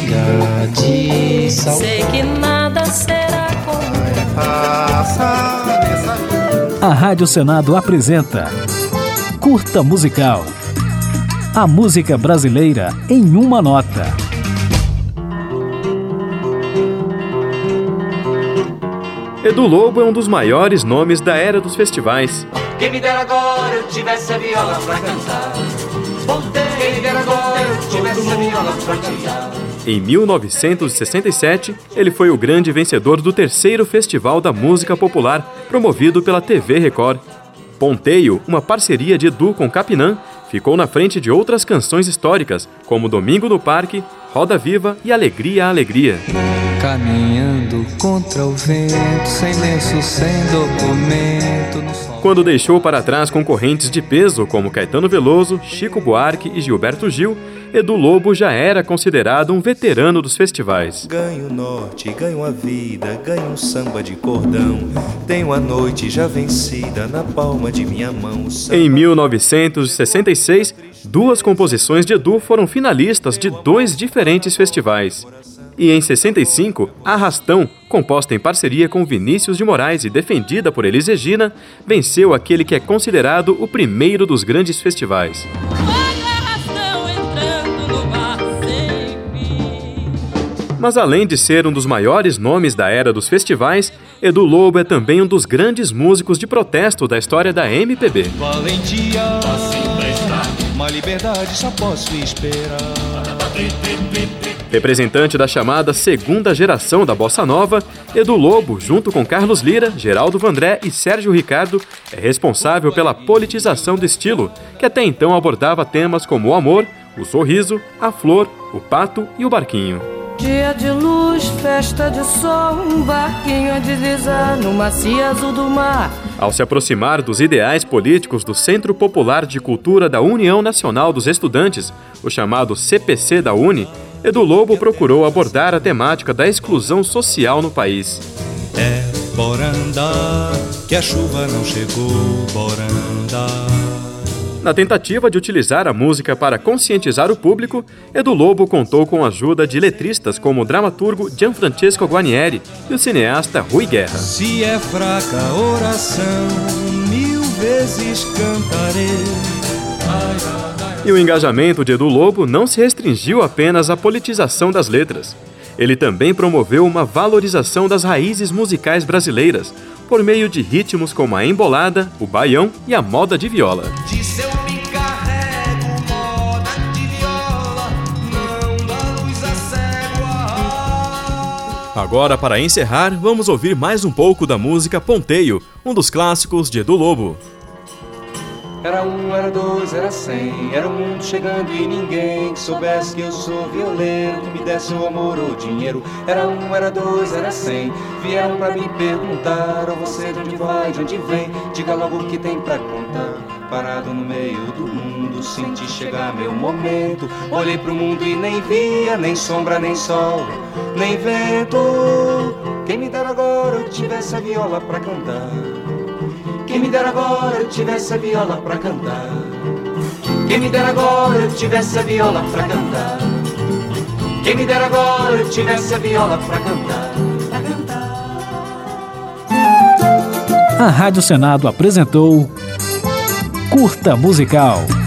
de saudade. Sei que nada será como A Rádio Senado apresenta Curta Musical. A música brasileira em uma nota. Edu Lobo é um dos maiores nomes da era dos festivais. Quem me dera agora eu tivesse a viola pra cantar. Quem me dera agora eu tivesse a viola pra cantar. Em 1967, ele foi o grande vencedor do 3º Festival da Música Popular, promovido pela TV Record. Ponteio, uma parceria de Edu com Capinã, ficou na frente de outras canções históricas, como Domingo no Parque, Roda Viva e Alegria, Alegria. Caminhando contra o vento, sem lenço, sem documento. Quando deixou para trás concorrentes de peso como Caetano Veloso, Chico Buarque e Gilberto Gil, Edu Lobo já era considerado um veterano dos festivais. Ganho o norte, ganho a vida, ganho um samba de cordão. Tenho a noite já vencida na palma de minha mão. Em 1966, 2 composições de Edu foram finalistas de 2 diferentes festivais. E em 65, Arrastão, composta em parceria com Vinícius de Moraes e defendida por Elis Regina, venceu aquele que é considerado o primeiro dos grandes festivais. Mas além de ser um dos maiores nomes da era dos festivais, Edu Lobo é também um dos grandes músicos de protesto da história da MPB. Valentia, uma liberdade só posso esperar. Representante da chamada segunda geração da Bossa Nova, Edu Lobo, junto com Carlos Lira, Geraldo Vandré e Sérgio Ricardo, é responsável pela politização do estilo, que até então abordava temas como o amor, o sorriso, a flor, o pato e o barquinho. dia de luz, festa de sol, um barquinho a deslizar no macio azul do mar. Ao se aproximar dos ideais políticos do Centro Popular de Cultura da União Nacional dos Estudantes, o chamado CPC da UNE, Edu Lobo procurou abordar a temática da exclusão social no país. É, bora andar, que a chuva não chegou, bora andar. Na tentativa de utilizar a música para conscientizar o público, Edu Lobo contou com a ajuda de letristas como o dramaturgo Gianfrancesco Guarnieri e o cineasta Rui Guerra. Se é fraca a oração, 1000 vezes cantarei. E o engajamento de Edu Lobo não se restringiu apenas à politização das letras. Ele também promoveu uma valorização das raízes musicais brasileiras, por meio de ritmos como a embolada, o baião e a moda de viola. Disse eu me carrego, moda de viola, não dá luz a cego. Agora, para encerrar, vamos ouvir mais um pouco da música Ponteio, um dos clássicos de Edu Lobo. Era 1, era 2, era 100, era o mundo chegando e ninguém que soubesse que eu sou violeiro, que me desse o amor ou dinheiro. Era 1, era 2, era 100, vieram pra me perguntar, ou você de onde vai, de onde vem, diga logo o que tem pra contar. Parado no meio do mundo, senti chegar meu momento, olhei pro mundo e nem via, nem sombra, nem sol, nem vento. Quem me dera agora eu tivesse a viola pra cantar. Quem me dera agora eu tivesse a viola pra cantar. Quem me dera agora eu tivesse a viola pra cantar. Quem me dera agora eu tivesse a viola pra cantar. A Rádio Senado apresentou Curta Musical.